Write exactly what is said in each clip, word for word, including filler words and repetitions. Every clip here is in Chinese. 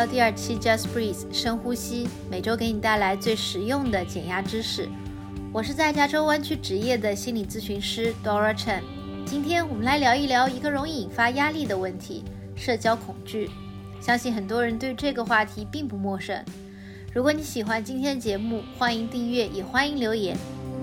到第二期 Just Breathe 深呼吸，每周给你带来最实用的减压知识。我是在加州湾区执业的心理咨询师 Dora Chen。今天我们来聊一聊一个容易引发压力的问题——社交恐惧。相信很多人对这个话题并不陌生。如果你喜欢今天的节目，欢迎订阅，也欢迎留言。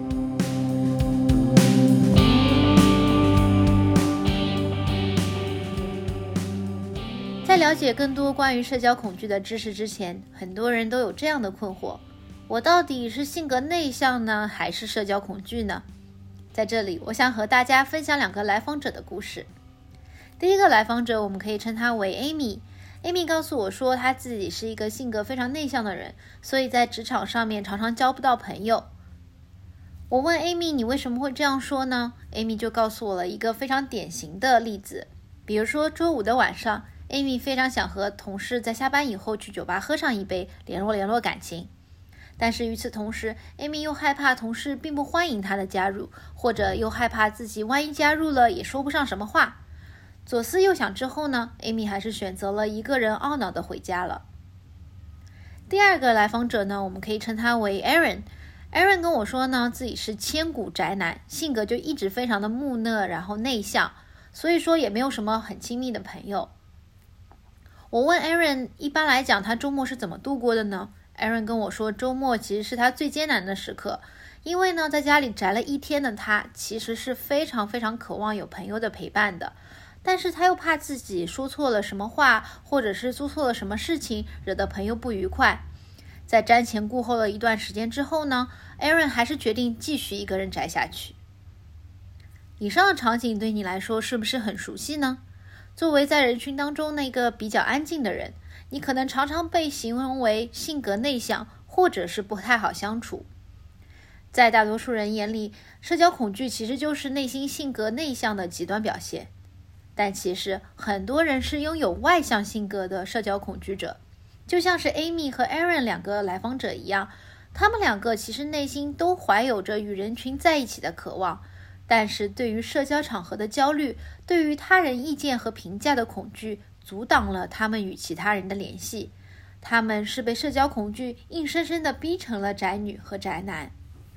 在了解更多关于社交恐惧的知识之前，很多人都有这样的困惑：我到底是性格内向呢，还是社交恐惧呢？在这里，我想和大家分享两个来访者的故事。第一个来访者，我们可以称她为 Amy。Amy 告诉我说，她自己是一个性格非常内向的人，所以在职场上面常常交不到朋友。我问 Amy， 你为什么会这样说呢？ Amy 就告诉我了一个非常典型的例子。比如说周五的晚上， Amy 非常想和同事在下班以后去酒吧喝上一杯，联络联络感情。但是与此同时， Amy 又害怕同事并不欢迎她的加入，或者又害怕自己万一加入了也说不上什么话。左思右想之后呢， Amy 还是选择了一个人懊恼的回家了。第二个来访者呢，我们可以称他为 Aaron。Aaron 跟我说呢，自己是千古宅男，性格就一直非常的木讷，然后内向，所以说也没有什么很亲密的朋友。我问 Aaron， 一般来讲他周末是怎么度过的呢？ Aaron 跟我说，周末其实是他最艰难的时刻，因为呢，在家里宅了一天的他，其实是非常非常渴望有朋友的陪伴的，但是他又怕自己说错了什么话，或者是做错了什么事情，惹得朋友不愉快。在瞻前顾后了一段时间之后呢， Aaron 还是决定继续一个人宅下去。以上的场景对你来说是不是很熟悉呢？作为在人群当中那个比较安静的人，你可能常常被形容为性格内向，或者是不太好相处。在大多数人眼里，社交恐惧其实就是内心性格内向的极端表现。但其实很多人是拥有外向性格的社交恐惧者，就像是 Amy 和 Aaron 两个来访者一样，他们两个其实内心都怀有着与人群在一起的渴望，但是对于社交场合的焦虑，对于他人意见和评价的恐惧，阻挡了他们与其他人的联系。他们是被社交恐惧硬生生地逼成了宅女和宅男。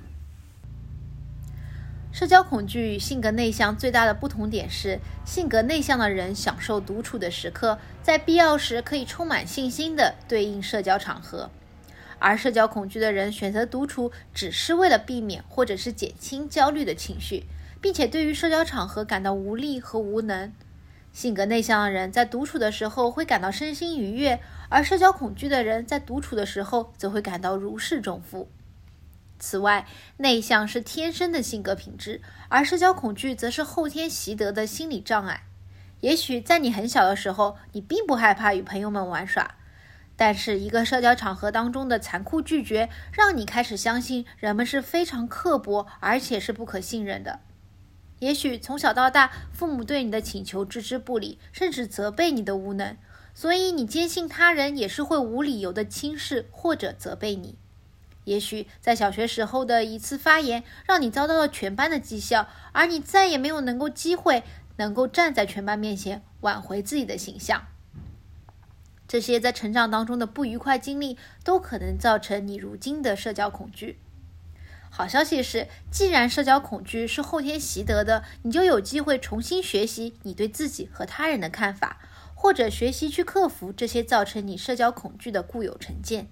社交恐惧与性格内向最大的不同点是，性格内向的人享受独处的时刻，在必要时可以充满信心地对应社交场合，而社交恐惧的人选择独处只是为了避免或者是减轻焦虑的情绪，并且对于社交场合感到无力和无能。性格内向的人在独处的时候会感到身心愉悦，而社交恐惧的人在独处的时候则会感到如释重负。此外，内向是天生的性格品质，而社交恐惧则是后天习得的心理障碍。也许在你很小的时候，你并不害怕与朋友们玩耍，但是一个社交场合当中的残酷拒绝，让你开始相信人们是非常刻薄，而且是不可信任的。也许从小到大，父母对你的请求置之不理，甚至责备你的无能，所以你坚信他人也是会无理由的轻视或者责备你。也许在小学时候的一次发言，让你遭到了全班的讥笑，而你再也没有能够机会能够站在全班面前挽回自己的形象。这些在成长当中的不愉快经历，都可能造成你如今的社交恐惧。好消息是，既然社交恐惧是后天习得的，你就有机会重新学习你对自己和他人的看法，或者学习去克服这些造成你社交恐惧的固有成见。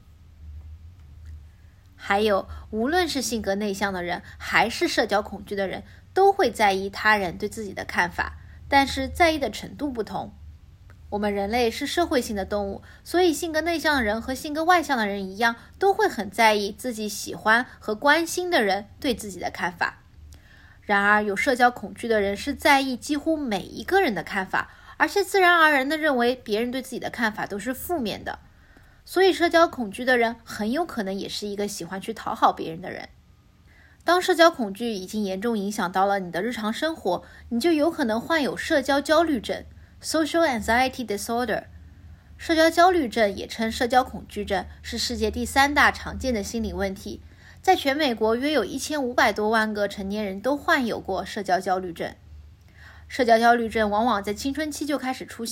还有，无论是性格内向的人，还是社交恐惧的人，都会在意他人对自己的看法，但是在意的程度不同。我们人类是社会性的动物，所以性格内向的人和性格外向的人一样，都会很在意自己喜欢和关心的人对自己的看法。然而，有社交恐惧的人是在意几乎每一个人的看法，而且自然而然地认为别人对自己的看法都是负面的。所以社交恐惧的人很有可能也是一个喜欢去讨好别人的人。当社交恐惧已经严重影响到了你的日常生活，你就有可能患有社交焦虑症 （Social Anxiety Disorder）。社交焦虑症也称社交恐惧症，是世界第三大常见的心理问题。在全美国约有一千五百多万个成年人都患有过社交焦虑症。社交焦虑症往往在青春期就开始出现，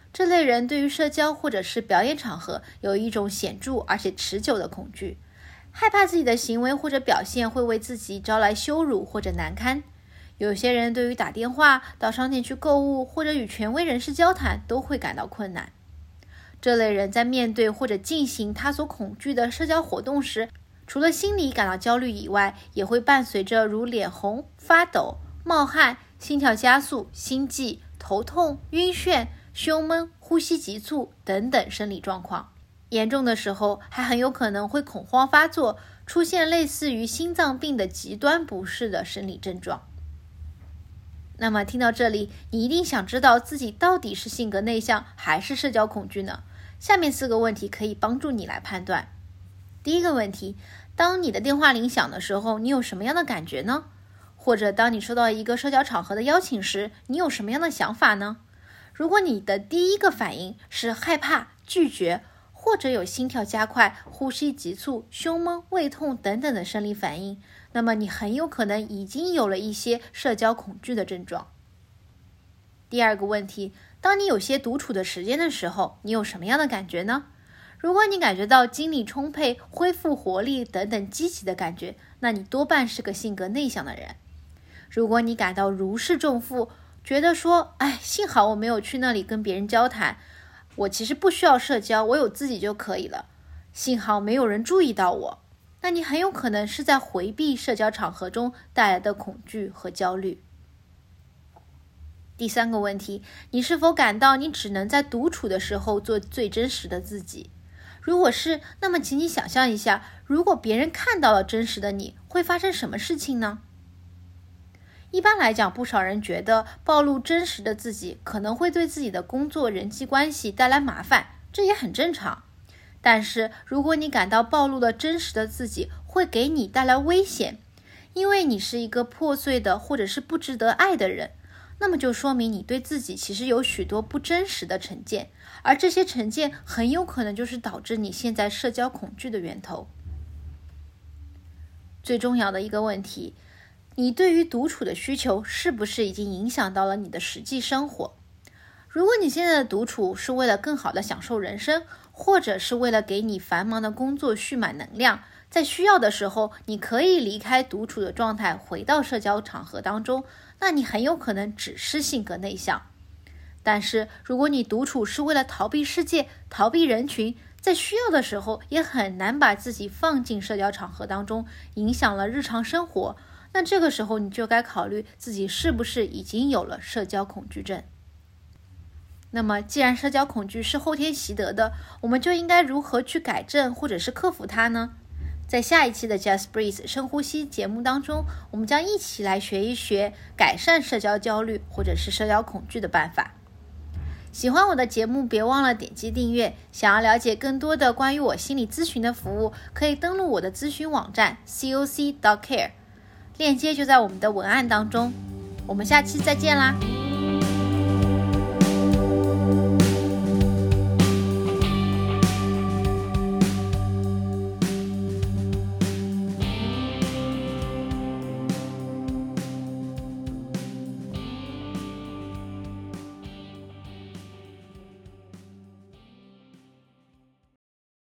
这类人对于社交或者是表演场合有一种显著而且持久的恐惧，害怕自己的行为或者表现会为自己招来羞辱或者难堪。有些人对于打电话、到商店去购物或者与权威人士交谈都会感到困难。这类人在面对或者进行他所恐惧的社交活动时，除了心里感到焦虑以外，也会伴随着如脸红、发抖、冒汗、心跳加速、心悸、头痛、晕眩、胸闷、呼吸急促等等生理状况。严重的时候还很有可能会恐慌发作，出现类似于心脏病的极端不适的生理症状。那么听到这里，你一定想知道自己到底是性格内向还是社交恐惧呢？下面四个问题可以帮助你来判断。第一个问题，当你的电话铃响的时候，你有什么样的感觉呢？或者当你收到一个社交场合的邀请时，你有什么样的想法呢？如果你的第一个反应是害怕、拒绝，或者有心跳加快、呼吸急促、胸闷、胃痛等等的生理反应，那么你很有可能已经有了一些社交恐惧的症状。第二个问题，当你有些独处的时间的时候，你有什么样的感觉呢？如果你感觉到精力充沛、恢复活力等等积极的感觉，那你多半是个性格内向的人。如果你感到如释重负，觉得说，哎，幸好我没有去那里跟别人交谈，我其实不需要社交，我有自己就可以了，幸好没有人注意到我，那你很有可能是在回避社交场合中带来的恐惧和焦虑。第三个问题，你是否感到你只能在独处的时候做最真实的自己？如果是，那么请你想象一下，如果别人看到了真实的你，会发生什么事情呢？一般来讲，不少人觉得暴露真实的自己可能会对自己的工作、人际关系带来麻烦，这也很正常。但是如果你感到暴露了真实的自己会给你带来危险，因为你是一个破碎的或者是不值得爱的人，那么就说明你对自己其实有许多不真实的成见，而这些成见很有可能就是导致你现在社交恐惧的源头。最重要的一个问题，你对于独处的需求是不是已经影响到了你的实际生活？如果你现在的独处是为了更好的享受人生，或者是为了给你繁忙的工作蓄满能量，在需要的时候你可以离开独处的状态回到社交场合当中，那你很有可能只是性格内向。但是如果你独处是为了逃避世界、逃避人群，在需要的时候也很难把自己放进社交场合当中，影响了日常生活，那这个时候你就该考虑自己是不是已经有了社交恐惧症。那么既然社交恐惧是后天习得的，我们就应该如何去改正或者是克服它呢？在下一期的 Just Breathe 深呼吸节目当中，我们将一起来学一学改善社交焦虑或者是社交恐惧的办法。喜欢我的节目，别忘了点击订阅。想要了解更多的关于我心理咨询的服务，可以登录我的咨询网站 C O C dot care， 链接就在我们的文案当中。我们下期再见啦！